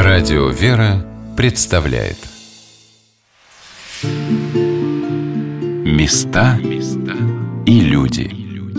Радио «Вера» представляет Места и люди.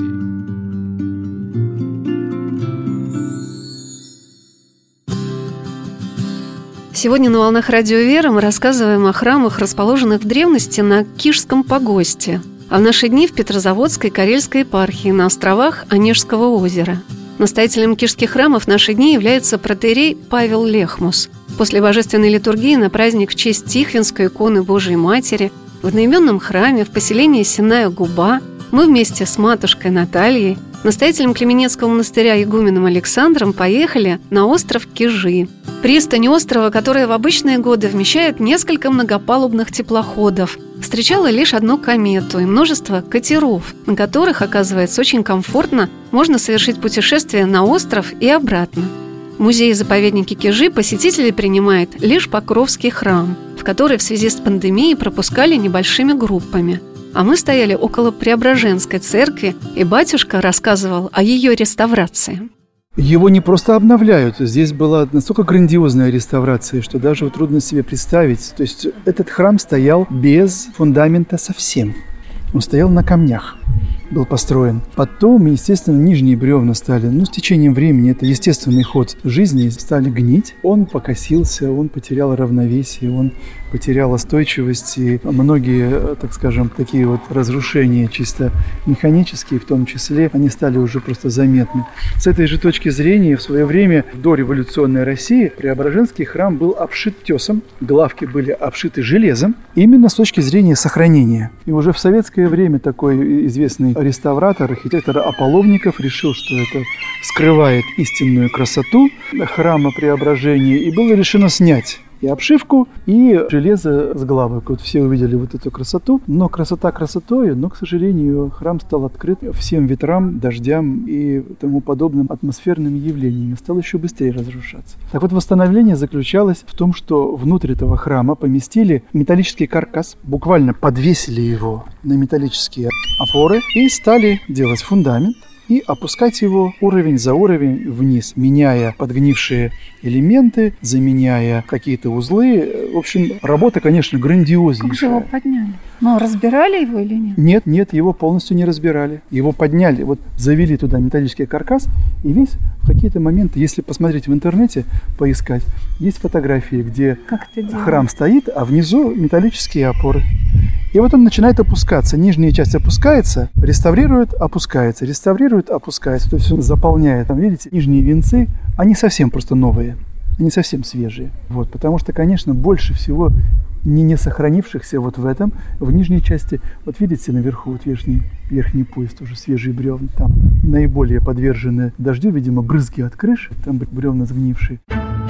Сегодня на «Волнах Радио «Вера» мы рассказываем о храмах, расположенных в древности на Кишском погосте, а в наши дни в Петрозаводской Карельской епархии на островах Онежского озера. Настоятелем кишских храмов в наши дни является протоиерей Павел Лехмус. После божественной литургии на праздник в честь Тихвинской иконы Божией Матери в одноименном храме в поселении Сенная Губа мы вместе с матушкой Натальей, настоятелем Клеменецкого монастыря игуменом Александром, поехали на остров Кижи. Пристань острова, которая в обычные годы вмещает несколько многопалубных теплоходов, встречала лишь одну комету и множество катеров, на которых, оказывается, очень комфортно можно совершить путешествие на остров и обратно. В музее-заповеднике Кижи посетителей принимает лишь Покровский храм, в который в связи с пандемией пропускали небольшими группами. А мы стояли около Преображенской церкви, и батюшка рассказывал о ее реставрации. Его не просто обновляют. Здесь была настолько грандиозная реставрация, что даже трудно себе представить. То есть этот храм стоял без фундамента совсем. Он стоял на камнях, был построен. Потом, естественно, нижние бревна стали, с течением времени, это естественный ход жизни, стали гнить. Он покосился, он потерял равновесие, он потерял устойчивость. И многие, так скажем, такие вот разрушения чисто механические, в том числе, они стали уже просто заметны. С этой же точки зрения, в свое время, в дореволюционной России, Преображенский храм был обшит тесом, главки были обшиты железом, именно с точки зрения сохранения. И уже в советское время такой известный реставратор, архитектор Ополовников решил, что это скрывает истинную красоту храма Преображения, и было решено снять и обшивку, и железо с главок. Вот все увидели вот эту красоту, но красота красотой, но, к сожалению, храм стал открыт всем ветрам, дождям и тому подобным атмосферным явлениям, стал еще быстрее разрушаться. Так вот, восстановление заключалось в том, что внутрь этого храма поместили металлический каркас, буквально подвесили его на металлические опоры и стали делать фундамент и опускать его уровень за уровень вниз, меняя подгнившие элементы, заменяя какие-то узлы. В общем, работа, конечно, грандиознейшая. Как же его подняли? Но разбирали его или нет? Нет, его полностью не разбирали. Его подняли, вот завели туда металлический каркас, и весь в какие-то моменты, если посмотреть в интернете, поискать, есть фотографии, где храм стоит, а внизу металлические опоры. И вот он начинает опускаться. Нижняя часть опускается, реставрирует, опускается, реставрирует, опускается. То есть он заполняет. Там, видите, нижние венцы, они совсем просто новые, они совсем свежие. Вот, потому что, конечно, больше всего не сохранившихся вот в этом, в нижней части, вот видите, наверху, вот верхний пояс, тоже свежие бревна, там наиболее подвержены дождю, видимо, брызги от крыш, там бревна сгнившие.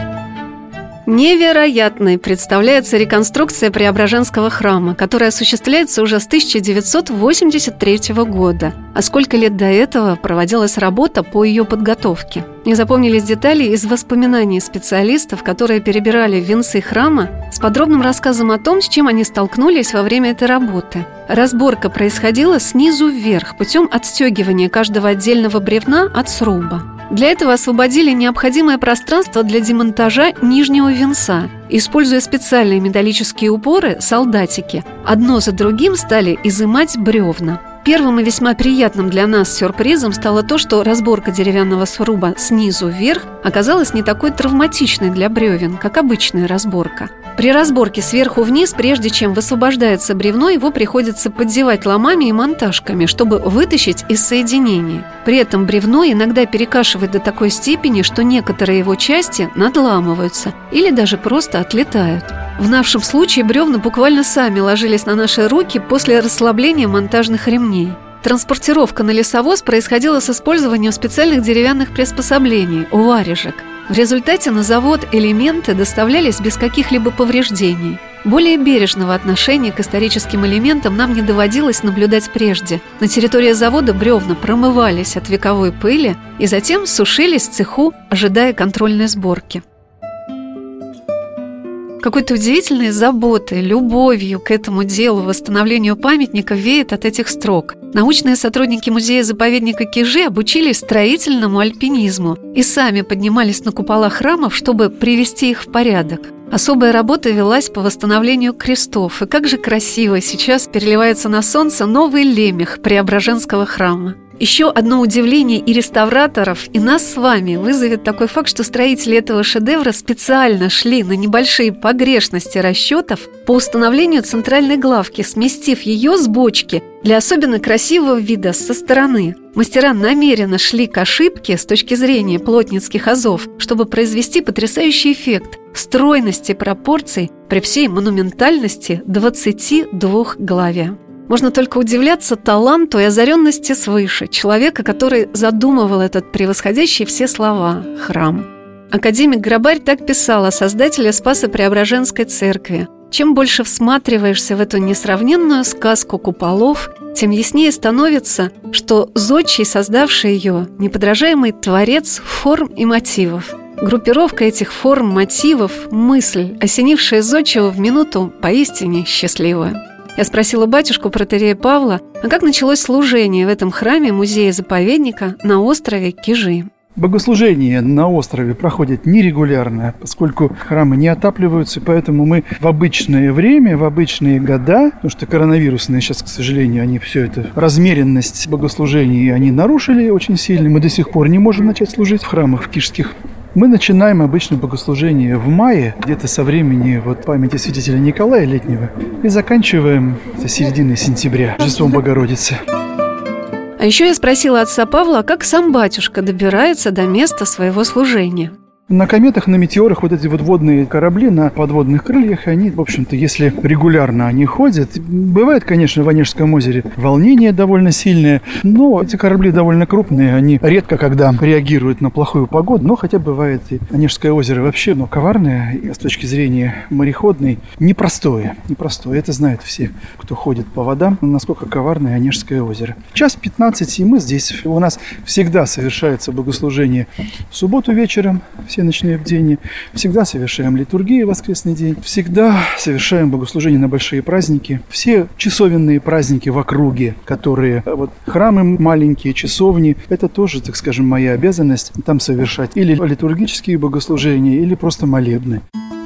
Невероятной представляется реконструкция Преображенского храма, которая осуществляется уже с 1983 года. А сколько лет до этого проводилась работа по ее подготовке? Мне запомнились детали из воспоминаний специалистов, которые перебирали венцы храма с подробным рассказом о том, с чем они столкнулись во время этой работы. Разборка происходила снизу вверх путем отстегивания каждого отдельного бревна от сруба. Для этого освободили необходимое пространство для демонтажа нижнего венца. Используя специальные металлические упоры, солдатики, одно за другим стали изымать бревна. Первым и весьма приятным для нас сюрпризом стало то, что разборка деревянного сруба снизу вверх оказалась не такой травматичной для бревен, как обычная разборка. При разборке сверху вниз, прежде чем высвобождается бревно, его приходится поддевать ломами и монтажками, чтобы вытащить из соединения. При этом бревно иногда перекашивает до такой степени, что некоторые его части надламываются или даже просто отлетают. В нашем случае бревна буквально сами ложились на наши руки после расслабления монтажных ремней. Транспортировка на лесовоз происходила с использованием специальных деревянных приспособлений – варежек. В результате на завод элементы доставлялись без каких-либо повреждений. Более бережного отношения к историческим элементам нам не доводилось наблюдать прежде. На территории завода бревна промывались от вековой пыли и затем сушились в цеху, ожидая контрольной сборки. Какой-то удивительной заботой, любовью к этому делу, восстановлению памятника веет от этих строк. Научные сотрудники музея-заповедника Кижи обучились строительному альпинизму и сами поднимались на купола храмов, чтобы привести их в порядок. Особая работа велась по восстановлению крестов, и как же красиво сейчас переливается на солнце новый лемех Преображенского храма. Еще одно удивление и реставраторов, и нас с вами вызовет такой факт, что строители этого шедевра специально шли на небольшие погрешности расчетов по установлению центральной главки, сместив ее с бочки для особенно красивого вида со стороны. Мастера намеренно шли к ошибке с точки зрения плотницких азов, чтобы произвести потрясающий эффект стройности пропорций при всей монументальности 22-главия. Можно только удивляться таланту и озаренности свыше человека, который задумывал этот превосходящий все слова храм. Академик Грабарь так писал о создателе Спасо-Преображенской церкви: «Чем больше всматриваешься в эту несравненную сказку куполов, тем яснее становится, что зодчий, создавший ее, неподражаемый творец форм и мотивов. Группировка этих форм, мотивов, мысль, осенившая зодчего в минуту поистине счастливая». Я спросила батюшку протоиерея Павла, а как началось служение в этом храме музея-заповедника на острове Кижи. Богослужение на острове проходит нерегулярно, поскольку храмы не отапливаются, поэтому мы в обычное время, в обычные года, потому что коронавирусные сейчас, к сожалению, они все это, размеренность богослужений они нарушили очень сильно, мы до сих пор не можем начать служить в храмах кижских. Мы начинаем обычно богослужение в мае, где-то со времени памяти святителя Николая Летнего, и заканчиваем со середины сентября, Рождеством Богородицы. А еще я спросила отца Павла, как сам батюшка добирается до места своего служения. На кометах, на метеорах эти водные корабли на подводных крыльях, они, в общем-то, если регулярно они ходят, бывает, конечно, в Онежском озере волнение довольно сильное, но эти корабли довольно крупные, они редко когда реагируют на плохую погоду, но хотя бывает и Онежское озеро вообще, коварное с точки зрения мореходной, непростое. Это знают все, кто ходит по водам, насколько коварное Онежское озеро. 1:15, и мы здесь. У нас всегда совершается богослужение в субботу вечером, все ночные бдения. Всегда совершаем литургию в воскресный день. Всегда совершаем богослужение на большие праздники. Все часовенные праздники в округе, которые храмы маленькие, часовни, это тоже, так скажем, моя обязанность там совершать или литургические богослужения, или просто молебны.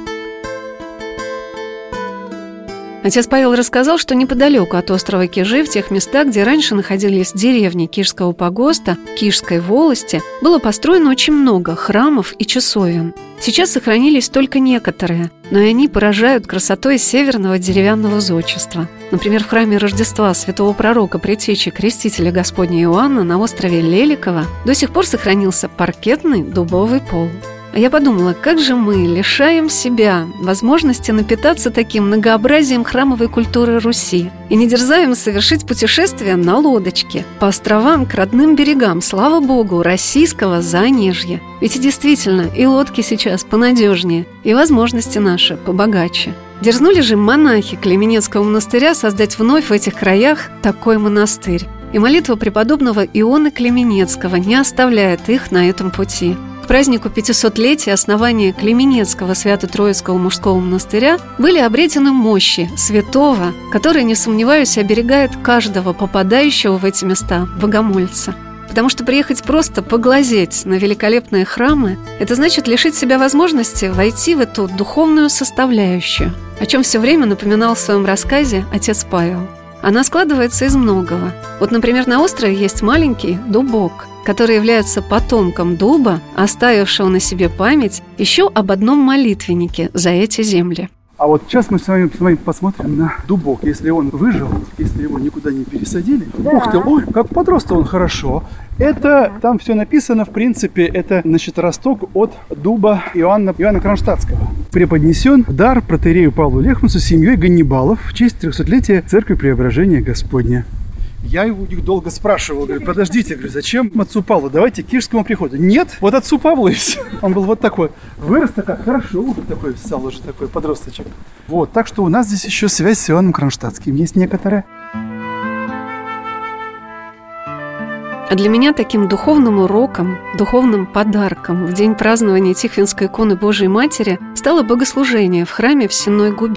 Отец Павел рассказал, что неподалеку от острова Кижи, в тех местах, где раньше находились деревни Кижского погоста, Кижской волости, было построено очень много храмов и часовен. Сейчас сохранились только некоторые, но и они поражают красотой северного деревянного зодчества. Например, в храме Рождества святого пророка Предтечи Крестителя Господня Иоанна на острове Леликово до сих пор сохранился паркетный дубовый пол. А я подумала, как же мы лишаем себя возможности напитаться таким многообразием храмовой культуры Руси и не дерзаем совершить путешествие на лодочке по островам к родным берегам, слава Богу, российского Заонежья. Ведь и действительно, и лодки сейчас понадежнее, и возможности наши побогаче. Дерзнули же монахи Клеменецкого монастыря создать вновь в этих краях такой монастырь. И молитва преподобного Иоанна Клеменецкого не оставляет их на этом пути. К празднику 500-летия основания Клеменецкого Свято-Троицкого мужского монастыря были обретены мощи святого, который, не сомневаюсь, оберегает каждого попадающего в эти места богомольца. Потому что приехать просто поглазеть на великолепные храмы – это значит лишить себя возможности войти в эту духовную составляющую, о чем все время напоминал в своем рассказе отец Павел. Она складывается из многого. Например, на острове есть маленький дубок, который является потомком дуба, оставившего на себе память еще об одном молитвеннике за эти земли. А сейчас мы с вами посмотрим на дубок. Если он выжил, если его никуда не пересадили. Да. Ух ты, ой, как подрос он хорошо. Это, там все написано, в принципе, это, росток от дуба Иоанна Кронштадтского. Преподнесен в дар протоиерею Павлу Лехмусу семьей Ганнибалов в честь 300-летия Церкви Преображения Господня. Я у них долго спрашивал, говорю, подождите, зачем отцу Павлу, давайте к Кижскому приходу. Нет, отцу Павлу и все. Он был такой, вырос так хорошо, такой стал уже такой подросточек. Так что у нас здесь еще связь с Иоанном Кронштадтским есть некоторая. А для меня таким духовным уроком, духовным подарком в день празднования Тихвинской иконы Божией Матери стало богослужение в храме в Сенной Губе,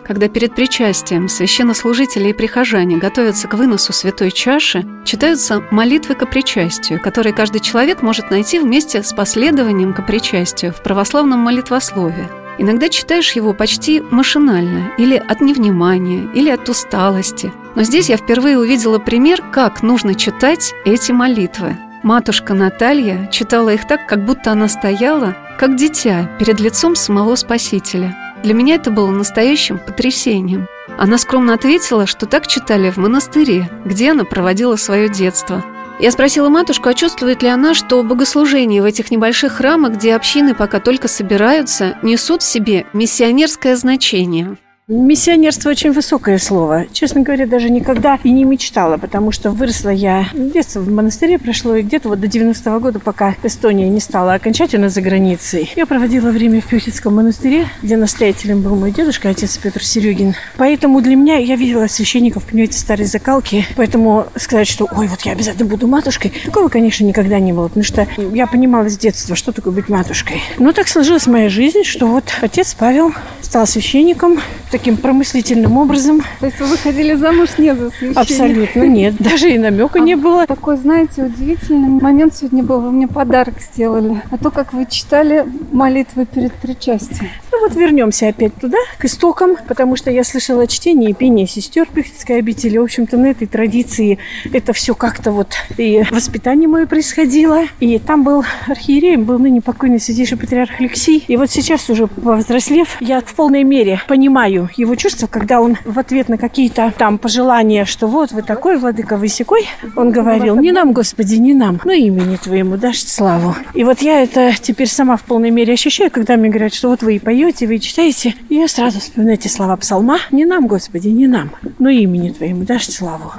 когда перед причастием священнослужители и прихожане готовятся к выносу святой чаши, читаются молитвы ко причастию, которые каждый человек может найти вместе с последованием ко причастию в православном молитвословии. Иногда читаешь его почти машинально, или от невнимания, или от усталости. Но здесь я впервые увидела пример, как нужно читать эти молитвы. Матушка Наталья читала их так, как будто она стояла, как дитя, перед лицом самого Спасителя. Для меня это было настоящим потрясением. Она скромно ответила, что так читали в монастыре, где она проводила свое детство. Я спросила матушку, а чувствует ли она, что богослужения в этих небольших храмах, где общины пока только собираются, несут в себе миссионерское значение. Миссионерство очень высокое слово. Честно говоря, даже никогда и не мечтала, потому что выросла я, детство в монастыре прошло, и где-то вот до 90-го года, пока Эстония не стала окончательно за границей, я проводила время в Пюхтицком монастыре, где настоятелем был мой дедушка, отец Петр Серегин. Поэтому для меня, я видела священников, понимаете, старой закалки, поэтому сказать, что ой, вот я обязательно буду матушкой, такого, конечно, никогда не было, потому что я понимала с детства, что такое быть матушкой. Но так сложилась моя жизнь, что вот отец Павел стал священником, таким промыслительным образом. То есть вы выходили замуж не за священника? Абсолютно нет. Даже и намека не было. Такой, знаете, удивительный момент сегодня был. Вы мне подарок сделали. А то, как вы читали молитвы перед причастием. Ну вот вернемся опять туда, к истокам, потому что я слышала чтение и пение сестер Пюхтицкой обители. В общем-то, на этой традиции это все как-то вот и воспитание мое происходило. И там был архиереем, был ныне покойный святейший патриарх Алексий. И вот сейчас уже повзрослев, я в полной мере понимаю его чувства, когда он в ответ на какие-то там пожелания, что вот вы такой, владыка, вы сякой, он говорил: не нам, Господи, не нам, но имени Твоему дашь славу. И вот я это теперь сама в полной мере ощущаю, когда мне говорят, что вот вы и поете, вы и читаете, и я сразу вспоминаю эти слова псалма: не нам, Господи, не нам, но имени Твоему дашь славу.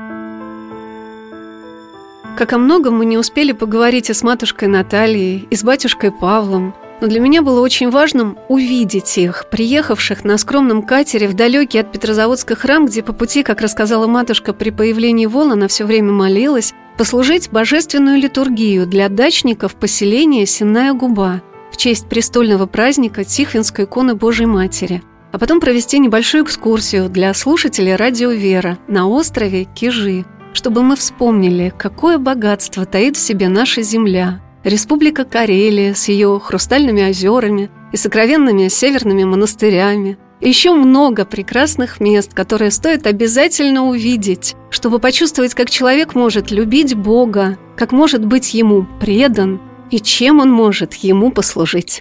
Как о многом мы не успели поговорить и с матушкой Натальей, и с батюшкой Павлом, но для меня было очень важным увидеть их, приехавших на скромном катере в далекий от Петрозаводска храм, где по пути, как рассказала матушка, при появлении вол она все время молилась, послужить божественную литургию для дачников поселения Сенная Губа в честь престольного праздника Тихвинской иконы Божией Матери, а потом провести небольшую экскурсию для слушателей радио «Вера» на острове Кижи, чтобы мы вспомнили, какое богатство таит в себе наша земля, Республика Карелия с ее хрустальными озерами и сокровенными северными монастырями. И еще много прекрасных мест, которые стоит обязательно увидеть, чтобы почувствовать, как человек может любить Бога, как может быть Ему предан и чем он может Ему послужить.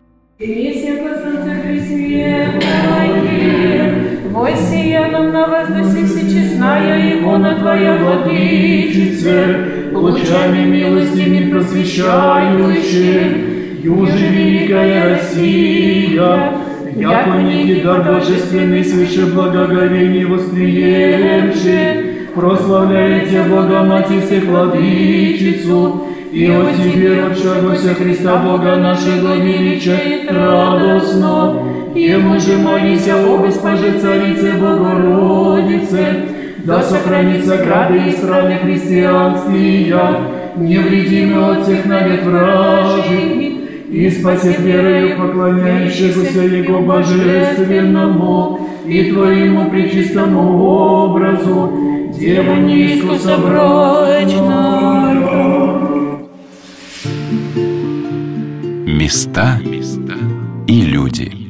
Честная икона Твоя, Владычице, лучами милости мир просвещающая, юже великая Россия, яко некий дар божественный свыше благоговений восприемши, прославляете Богоматерь всех Владычицу, и от Тебе, родшегося Христа Бога нашего величает радостно. Ему же молися, о Госпоже Царице Богородице, да сохранится грады и страны христианские, невредимы от всех навет вражий, и спасет верою поклоняющегося Его божественному и Твоему пречистому образу, Деву неискусобрачную. Места и люди.